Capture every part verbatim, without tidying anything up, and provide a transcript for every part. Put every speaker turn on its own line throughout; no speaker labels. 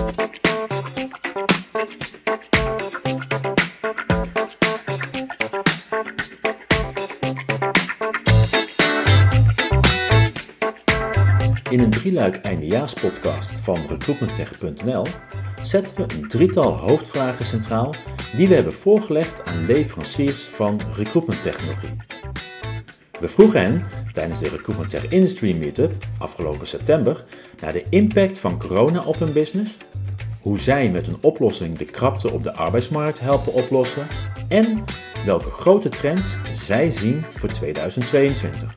In een drieluik eindejaarspodcast van recruitmenttech punt n l zetten we een drietal hoofdvragen centraal die we hebben voorgelegd aan leveranciers van recruitmenttechnologie. We vroegen hen tijdens de Recruitment Tech Industry Meetup afgelopen september naar de impact van corona op hun business, hoe zij met een oplossing de krapte op de arbeidsmarkt helpen oplossen en welke grote trends zij zien voor tweeduizend tweeëntwintig.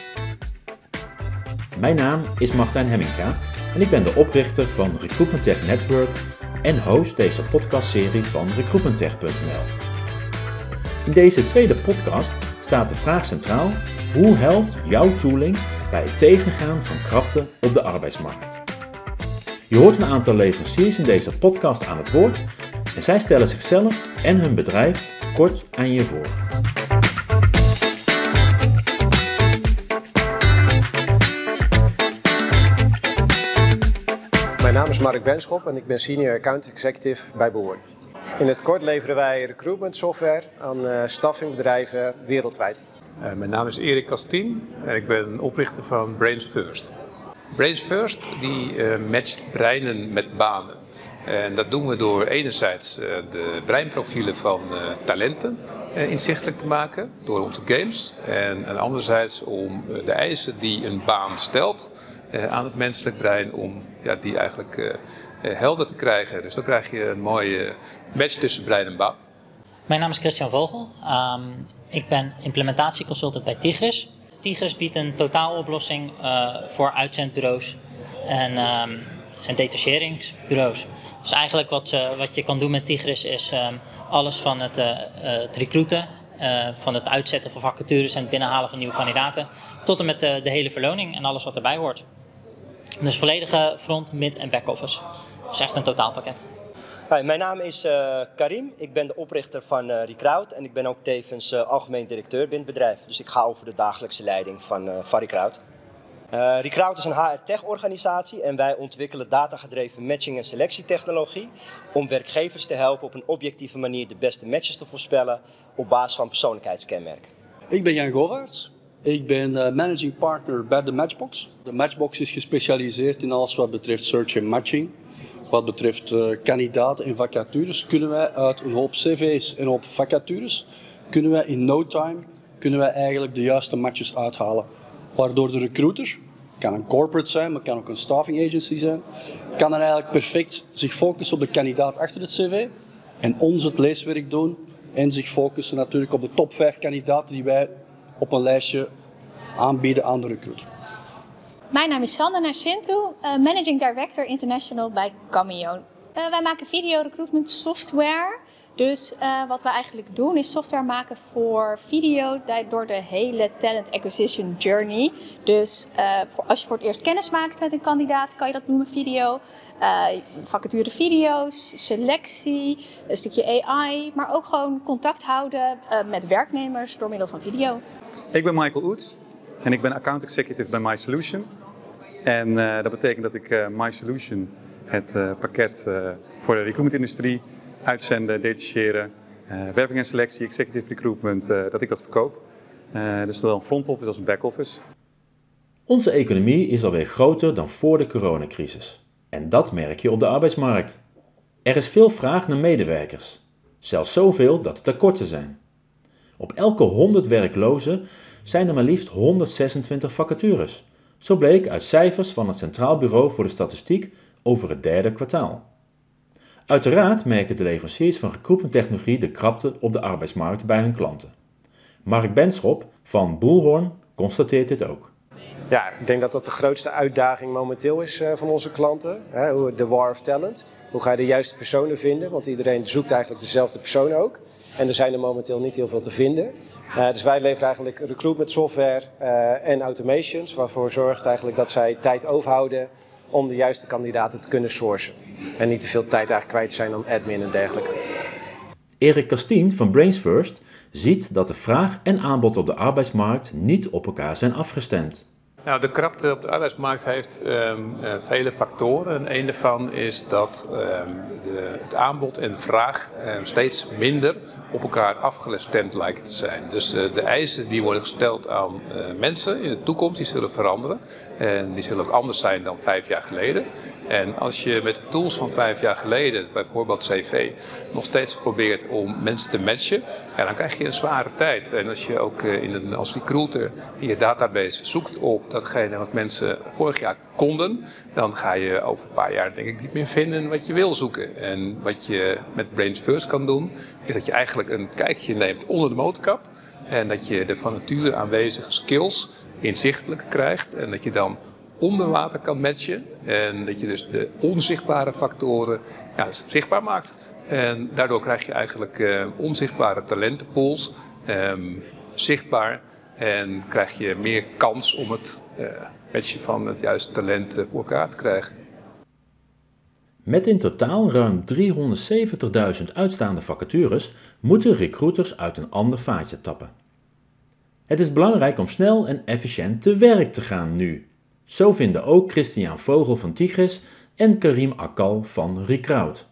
Mijn naam is Martijn Hemminga en ik ben de oprichter van Recruitment Tech Network en host deze podcastserie van recruitmenttech punt n l. In deze tweede podcast staat de vraag centraal: hoe helpt jouw tooling bij het tegengaan van krapte op de arbeidsmarkt? Je hoort een aantal leveranciers in deze podcast aan het woord en zij stellen zichzelf en hun bedrijf kort aan je voor.
Mijn naam is Mark Benschop en ik ben Senior Account Executive bij Boorn. In het kort leveren wij recruitment software aan uh, staffingbedrijven wereldwijd.
Uh, mijn naam is Erik Kastien en ik ben oprichter van Brains First. Brains First die uh, matcht breinen met banen. En dat doen we door enerzijds uh, de breinprofielen van uh, talenten uh, inzichtelijk te maken door onze games. En, en anderzijds om uh, de eisen die een baan stelt uh, aan het menselijk brein, om ja, die eigenlijk uh, uh, helder te krijgen. Dus dan krijg je een mooie match tussen brein en baan.
Mijn naam is Christian Vogel. Um, ik ben implementatieconsultant bij Tigris. Tigris biedt een totaaloplossing uh, voor uitzendbureaus en, um, en detacheringsbureaus. Dus eigenlijk wat, uh, wat je kan doen met Tigris is um, alles van het, uh, uh, het recruiten, uh, van het uitzetten van vacatures en het binnenhalen van nieuwe kandidaten, tot en met de, de hele verloning en alles wat erbij hoort. Dus volledige front, mid en back office. Dus echt een totaalpakket.
Hi, mijn naam is uh, Karim, ik ben de oprichter van uh, Recruit en ik ben ook tevens uh, algemeen directeur binnen het bedrijf. Dus ik ga over de dagelijkse leiding van, uh, van Recruit. Uh, Recruit is een H R-tech organisatie en wij ontwikkelen datagedreven matching- en selectietechnologie om werkgevers te helpen op een objectieve manier de beste matches te voorspellen op basis van persoonlijkheidskenmerken.
Ik ben Jan Govaerts. Ik ben uh, managing partner bij de Matchbox. De Matchbox is gespecialiseerd in alles wat betreft search en matching. Wat betreft uh, kandidaten en vacatures kunnen wij uit een hoop cv's en een hoop vacatures kunnen wij in no time kunnen wij eigenlijk de juiste matches uithalen. Waardoor de recruiter, kan een corporate zijn, maar kan ook een staffing agency zijn, kan dan eigenlijk perfect zich focussen op de kandidaat achter het cv en ons het leeswerk doen en zich focussen natuurlijk op de top vijf kandidaten die wij op een lijstje aanbieden aan de recruiter.
Mijn naam is Sandra Nascintu, uh, Managing Director International bij Cameo. Uh, wij maken video recruitment software. Dus uh, wat we eigenlijk doen is software maken voor video door de hele talent acquisition journey. Dus uh, voor, als je voor het eerst kennis maakt met een kandidaat, kan je dat noemen video. Uh, vacature video's, selectie, een stukje A I, maar ook gewoon contact houden uh, met werknemers door middel van video.
Ik ben Michael Oets en ik ben account executive bij MySolution. En uh, dat betekent dat ik uh, MySolution, het uh, pakket uh, voor de recruitmentindustrie, uitzenden, detacheren, uh, werving en selectie, executive recruitment, uh, dat ik dat verkoop. Uh, dus zowel een front office als een back office.
Onze economie is alweer groter dan voor de coronacrisis. En dat merk je op de arbeidsmarkt. Er is veel vraag naar medewerkers. Zelfs zoveel dat er tekorten zijn. Op elke honderd werklozen zijn er maar liefst honderdzesentwintig vacatures. Zo bleek uit cijfers van het Centraal Bureau voor de Statistiek over het derde kwartaal. Uiteraard merken de leveranciers van recruitmenttechnologie de krapte op de arbeidsmarkt bij hun klanten. Mark Benschop van Bullhorn constateert dit ook.
Ja, ik denk dat dat de grootste uitdaging momenteel is uh, van onze klanten. Hè, de war of talent. Hoe ga je de juiste personen vinden? Want iedereen zoekt eigenlijk dezelfde persoon ook. En er zijn er momenteel niet heel veel te vinden. Uh, dus wij leveren eigenlijk recruitment software uh, en automations. Waarvoor zorgt eigenlijk dat zij tijd overhouden om de juiste kandidaten te kunnen sourcen. En niet te veel tijd eigenlijk kwijt te zijn aan admin en dergelijke.
Erik Kastien van Brains First ziet dat de vraag en aanbod op de arbeidsmarkt niet op elkaar zijn afgestemd.
Nou, de krapte op de arbeidsmarkt heeft um, uh, vele factoren. En een daarvan is dat um, de, het aanbod en de vraag um, steeds minder op elkaar afgestemd lijken te zijn. Dus uh, de eisen die worden gesteld aan uh, mensen in de toekomst, die zullen veranderen. En die zullen ook anders zijn dan vijf jaar geleden. En als je met de tools van vijf jaar geleden, bijvoorbeeld C V, nog steeds probeert om mensen te matchen, ja, dan krijg je een zware tijd. En als je ook uh, in een, als recruiter in je database zoekt op datgene wat mensen vorig jaar konden, dan ga je over een paar jaar denk ik niet meer vinden wat je wil zoeken. En wat je met Brains First kan doen, is dat je eigenlijk een kijkje neemt onder de motorkap en dat je de van nature aanwezige skills inzichtelijk krijgt en dat je dan onder water kan matchen en dat je dus de onzichtbare factoren ja, zichtbaar maakt. En daardoor krijg je eigenlijk uh, onzichtbare talentenpools um, zichtbaar en krijg je meer kans om het uh, matchen van het juiste talent uh, voor elkaar te krijgen.
Met in totaal ruim driehonderdzeventigduizend uitstaande vacatures moeten recruiters uit een ander vaatje tappen. Het is belangrijk om snel en efficiënt te werk te gaan nu. Zo vinden ook Christian Vogel van Tigris en Karim Akal van Recruit.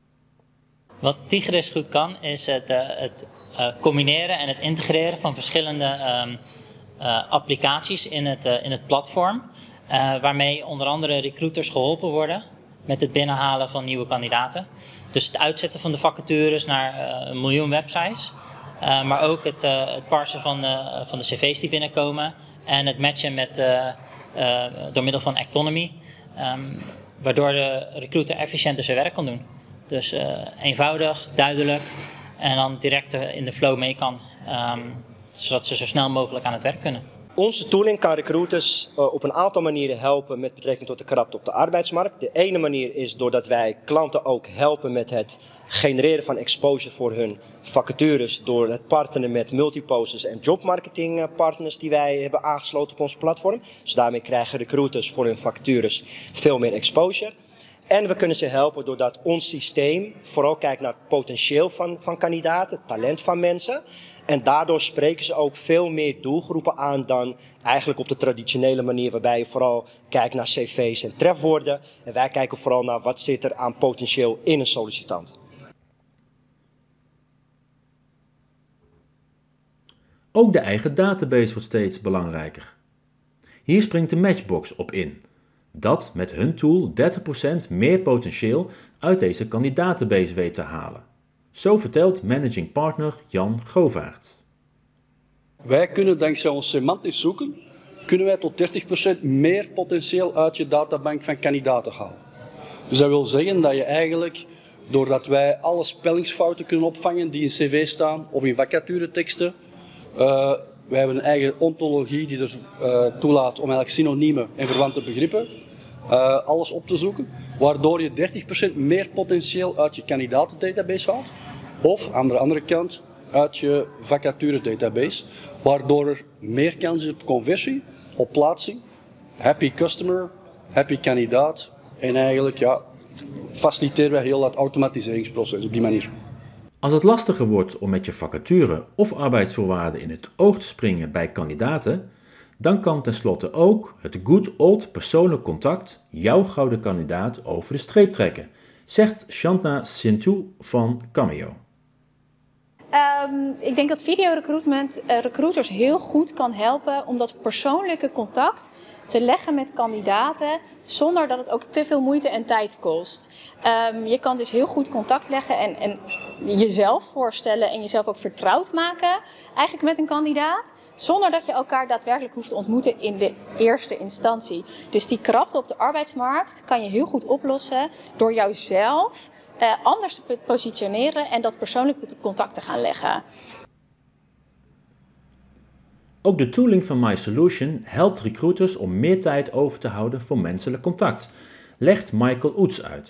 Wat Tigris goed kan is het, uh, het uh, combineren en het integreren van verschillende um, uh, applicaties in het, uh, in het platform. Uh, waarmee onder andere recruiters geholpen worden met het binnenhalen van nieuwe kandidaten. Dus het uitzetten van de vacatures naar uh, een miljoen websites. Uh, maar ook het, uh, het parsen van, uh, van de cv's die binnenkomen. En het matchen met, uh, uh, door middel van Actonomy. Um, waardoor de recruiter efficiënter zijn werk kan doen. Dus uh, eenvoudig, duidelijk en dan direct uh, in de flow mee kan. Um, zodat ze zo snel mogelijk aan het werk kunnen.
Onze tooling kan recruiters uh, op een aantal manieren helpen met betrekking tot de krapte op de arbeidsmarkt. De ene manier is doordat wij klanten ook helpen met het genereren van exposure voor hun vacatures. Door het partneren met multiposters en jobmarketing partners die wij hebben aangesloten op ons platform. Dus daarmee krijgen recruiters voor hun vacatures veel meer exposure. En we kunnen ze helpen doordat ons systeem vooral kijkt naar het potentieel van, van kandidaten, het talent van mensen. En daardoor spreken ze ook veel meer doelgroepen aan dan eigenlijk op de traditionele manier, waarbij je vooral kijkt naar cv's en trefwoorden. En wij kijken vooral naar wat zit er aan potentieel in een sollicitant.
Ook de eigen database wordt steeds belangrijker. Hier springt de Matchbox op in. Dat met hun tool dertig procent meer potentieel uit deze kandidatenbase weet te halen. Zo vertelt managing partner Jan Govaert.
Wij kunnen dankzij ons semantisch zoeken, kunnen wij tot dertig procent meer potentieel uit je databank van kandidaten halen. Dus dat wil zeggen dat je eigenlijk, doordat wij alle spellingsfouten kunnen opvangen die in cv staan of in vacatureteksten, uh, wij hebben een eigen ontologie die er uh, toelaat om eigenlijk synoniemen en verwante begrippen uh, alles op te zoeken, waardoor je dertig procent meer potentieel uit je kandidatendatabase haalt. Of aan de andere kant uit je vacature-database, waardoor er meer kans is op conversie, op plaatsing, happy customer, happy kandidaat en eigenlijk ja, faciliteren wij heel dat automatiseringsproces op die manier.
Als het lastiger wordt om met je vacature of arbeidsvoorwaarden in het oog te springen bij kandidaten, dan kan tenslotte ook het good old persoonlijk contact jouw gouden kandidaat over de streep trekken, zegt Shantna Sindhu van Cameo.
Um, ik denk dat videorecruitment uh, recruiters heel goed kan helpen om dat persoonlijke contact te leggen met kandidaten zonder dat het ook te veel moeite en tijd kost. Um, je kan dus heel goed contact leggen en, en jezelf voorstellen en jezelf ook vertrouwd maken eigenlijk met een kandidaat, zonder dat je elkaar daadwerkelijk hoeft te ontmoeten in de eerste instantie. Dus die krapte op de arbeidsmarkt kan je heel goed oplossen door jouzelf uh, anders te positioneren en dat persoonlijke contact te gaan leggen.
Ook de tooling van MySolution helpt recruiters om meer tijd over te houden voor menselijk contact, legt Michael Oets uit.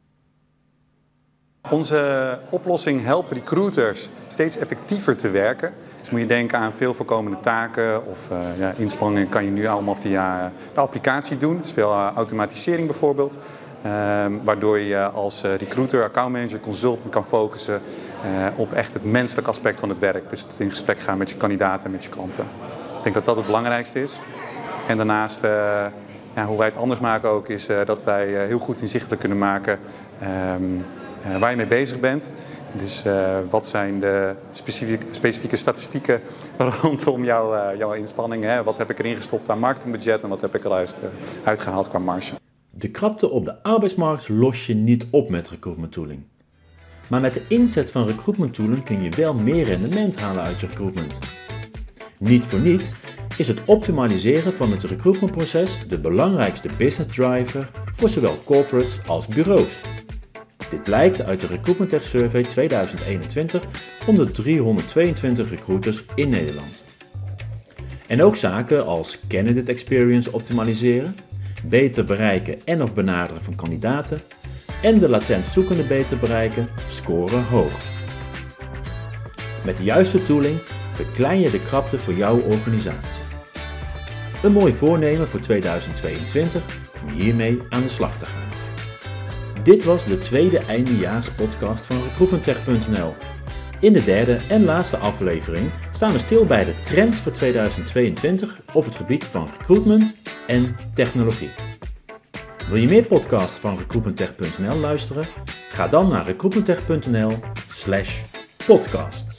Onze oplossing helpt recruiters steeds effectiever te werken. Dus moet je denken aan veel voorkomende taken of uh, ja, inspanningen kan je nu allemaal via de applicatie doen. Dus veel uh, automatisering bijvoorbeeld. Uh, waardoor je als uh, recruiter, accountmanager, consultant kan focussen uh, op echt het menselijke aspect van het werk. Dus het in gesprek gaan met je kandidaten en met je klanten. Ik denk dat dat het belangrijkste is. En daarnaast, uh, ja, hoe wij het anders maken ook, is uh, dat wij uh, heel goed inzichtelijk kunnen maken um, uh, waar je mee bezig bent. Dus uh, wat zijn de specifieke, specifieke statistieken rondom jouw, uh, jouw inspanning? Hè? Wat heb ik erin gestopt aan marketingbudget en wat heb ik eruit uh, uitgehaald qua marge?
De krapte op de arbeidsmarkt los je niet op met recruitment tooling. Maar met de inzet van recruitment tooling kun je wel meer rendement halen uit je recruitment. Niet voor niets is het optimaliseren van het recruitmentproces de belangrijkste business driver voor zowel corporates als bureaus. Dit blijkt uit de Recruitment Tech Survey tweeduizend eenentwintig onder driehonderdtweeëntwintig recruiters in Nederland. En ook zaken als candidate experience optimaliseren, beter bereiken en of benaderen van kandidaten en de latent zoekende beter bereiken scoren hoog. Met de juiste tooling verklein je de krapte voor jouw organisatie. Een mooi voornemen voor tweeduizend tweeëntwintig om hiermee aan de slag te gaan. Dit was de tweede eindejaarspodcast van recruitmenttech punt n l. In de derde en laatste aflevering staan we stil bij de trends voor tweeduizend tweeëntwintig op het gebied van recruitment en technologie. Wil je meer podcasts van recruitmenttech punt n l luisteren? Ga dan naar recruitmenttech punt n l slash podcast.